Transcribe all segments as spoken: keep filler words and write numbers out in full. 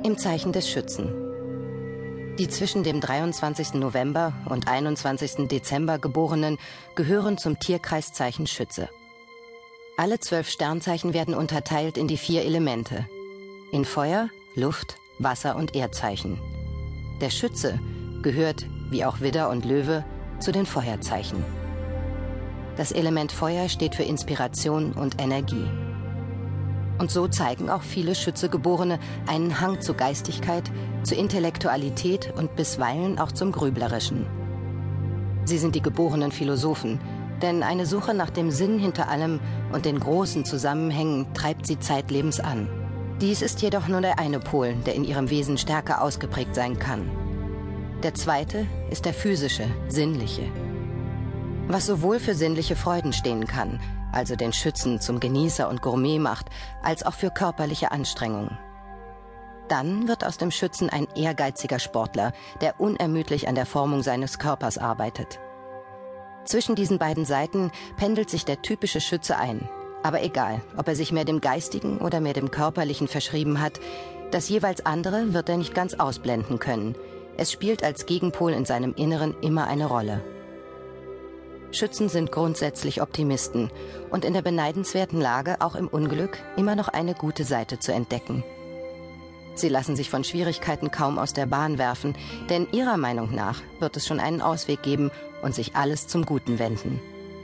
Im Zeichen des Schützen. Die zwischen dem dreiundzwanzigsten November und einundzwanzigsten Dezember Geborenen gehören zum Tierkreiszeichen Schütze. Alle zwölf Sternzeichen werden unterteilt in die vier Elemente: in Feuer, Luft, Wasser und Erdzeichen. Der Schütze gehört, wie auch Widder und Löwe, zu den Feuerzeichen. Das Element Feuer steht für Inspiration und Energie. Und so zeigen auch viele Schütze-Geborene einen Hang zu Geistigkeit, zu Intellektualität und bisweilen auch zum Grüblerischen. Sie sind die geborenen Philosophen, denn eine Suche nach dem Sinn hinter allem und den großen Zusammenhängen treibt sie zeitlebens an. Dies ist jedoch nur der eine Pol, der in ihrem Wesen stärker ausgeprägt sein kann. Der zweite ist der physische, sinnliche. Was sowohl für sinnliche Freuden stehen kann, also den Schützen zum Genießer und Gourmet macht, als auch für körperliche Anstrengungen. Dann wird aus dem Schützen ein ehrgeiziger Sportler, der unermüdlich an der Formung seines Körpers arbeitet. Zwischen diesen beiden Seiten pendelt sich der typische Schütze ein. Aber egal, ob er sich mehr dem Geistigen oder mehr dem Körperlichen verschrieben hat, das jeweils andere wird er nicht ganz ausblenden können. Es spielt als Gegenpol in seinem Inneren immer eine Rolle. Schützen sind grundsätzlich Optimisten und in der beneidenswerten Lage, auch im Unglück, immer noch eine gute Seite zu entdecken. Sie lassen sich von Schwierigkeiten kaum aus der Bahn werfen, denn ihrer Meinung nach wird es schon einen Ausweg geben und sich alles zum Guten wenden.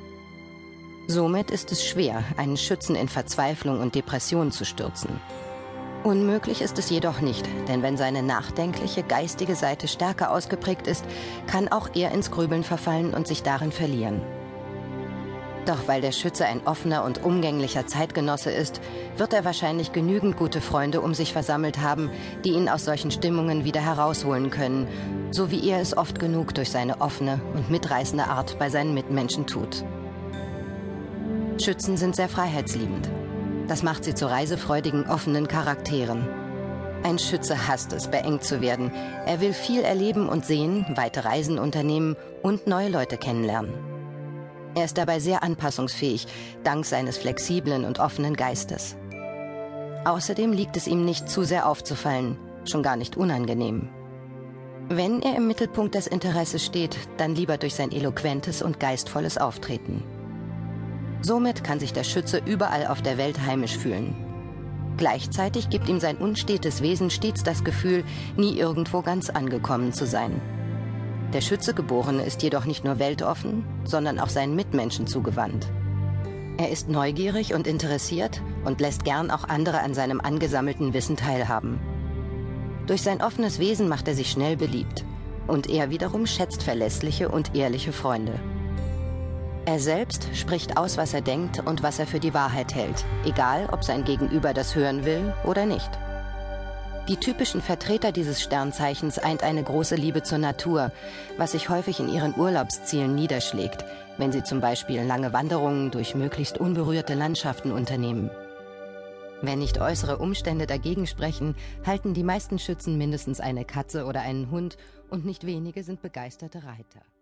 Somit ist es schwer, einen Schützen in Verzweiflung und Depression zu stürzen. Unmöglich ist es jedoch nicht, denn wenn seine nachdenkliche, geistige Seite stärker ausgeprägt ist, kann auch er ins Grübeln verfallen und sich darin verlieren. Doch weil der Schütze ein offener und umgänglicher Zeitgenosse ist, wird er wahrscheinlich genügend gute Freunde um sich versammelt haben, die ihn aus solchen Stimmungen wieder herausholen können, so wie er es oft genug durch seine offene und mitreißende Art bei seinen Mitmenschen tut. Schützen sind sehr freiheitsliebend. Das macht sie zu reisefreudigen, offenen Charakteren. Ein Schütze hasst es, beengt zu werden. Er will viel erleben und sehen, weite Reisen unternehmen und neue Leute kennenlernen. Er ist dabei sehr anpassungsfähig, dank seines flexiblen und offenen Geistes. Außerdem liegt es ihm nicht zu sehr aufzufallen, schon gar nicht unangenehm. Wenn er im Mittelpunkt des Interesses steht, dann lieber durch sein eloquentes und geistvolles Auftreten. Somit kann sich der Schütze überall auf der Welt heimisch fühlen. Gleichzeitig gibt ihm sein unstetes Wesen stets das Gefühl, nie irgendwo ganz angekommen zu sein. Der Schütze-Geborene ist jedoch nicht nur weltoffen, sondern auch seinen Mitmenschen zugewandt. Er ist neugierig und interessiert und lässt gern auch andere an seinem angesammelten Wissen teilhaben. Durch sein offenes Wesen macht er sich schnell beliebt und er wiederum schätzt verlässliche und ehrliche Freunde. Er selbst spricht aus, was er denkt und was er für die Wahrheit hält, egal ob sein Gegenüber das hören will oder nicht. Die typischen Vertreter dieses Sternzeichens eint eine große Liebe zur Natur, was sich häufig in ihren Urlaubszielen niederschlägt, wenn sie zum Beispiel lange Wanderungen durch möglichst unberührte Landschaften unternehmen. Wenn nicht äußere Umstände dagegen sprechen, halten die meisten Schützen mindestens eine Katze oder einen Hund und nicht wenige sind begeisterte Reiter.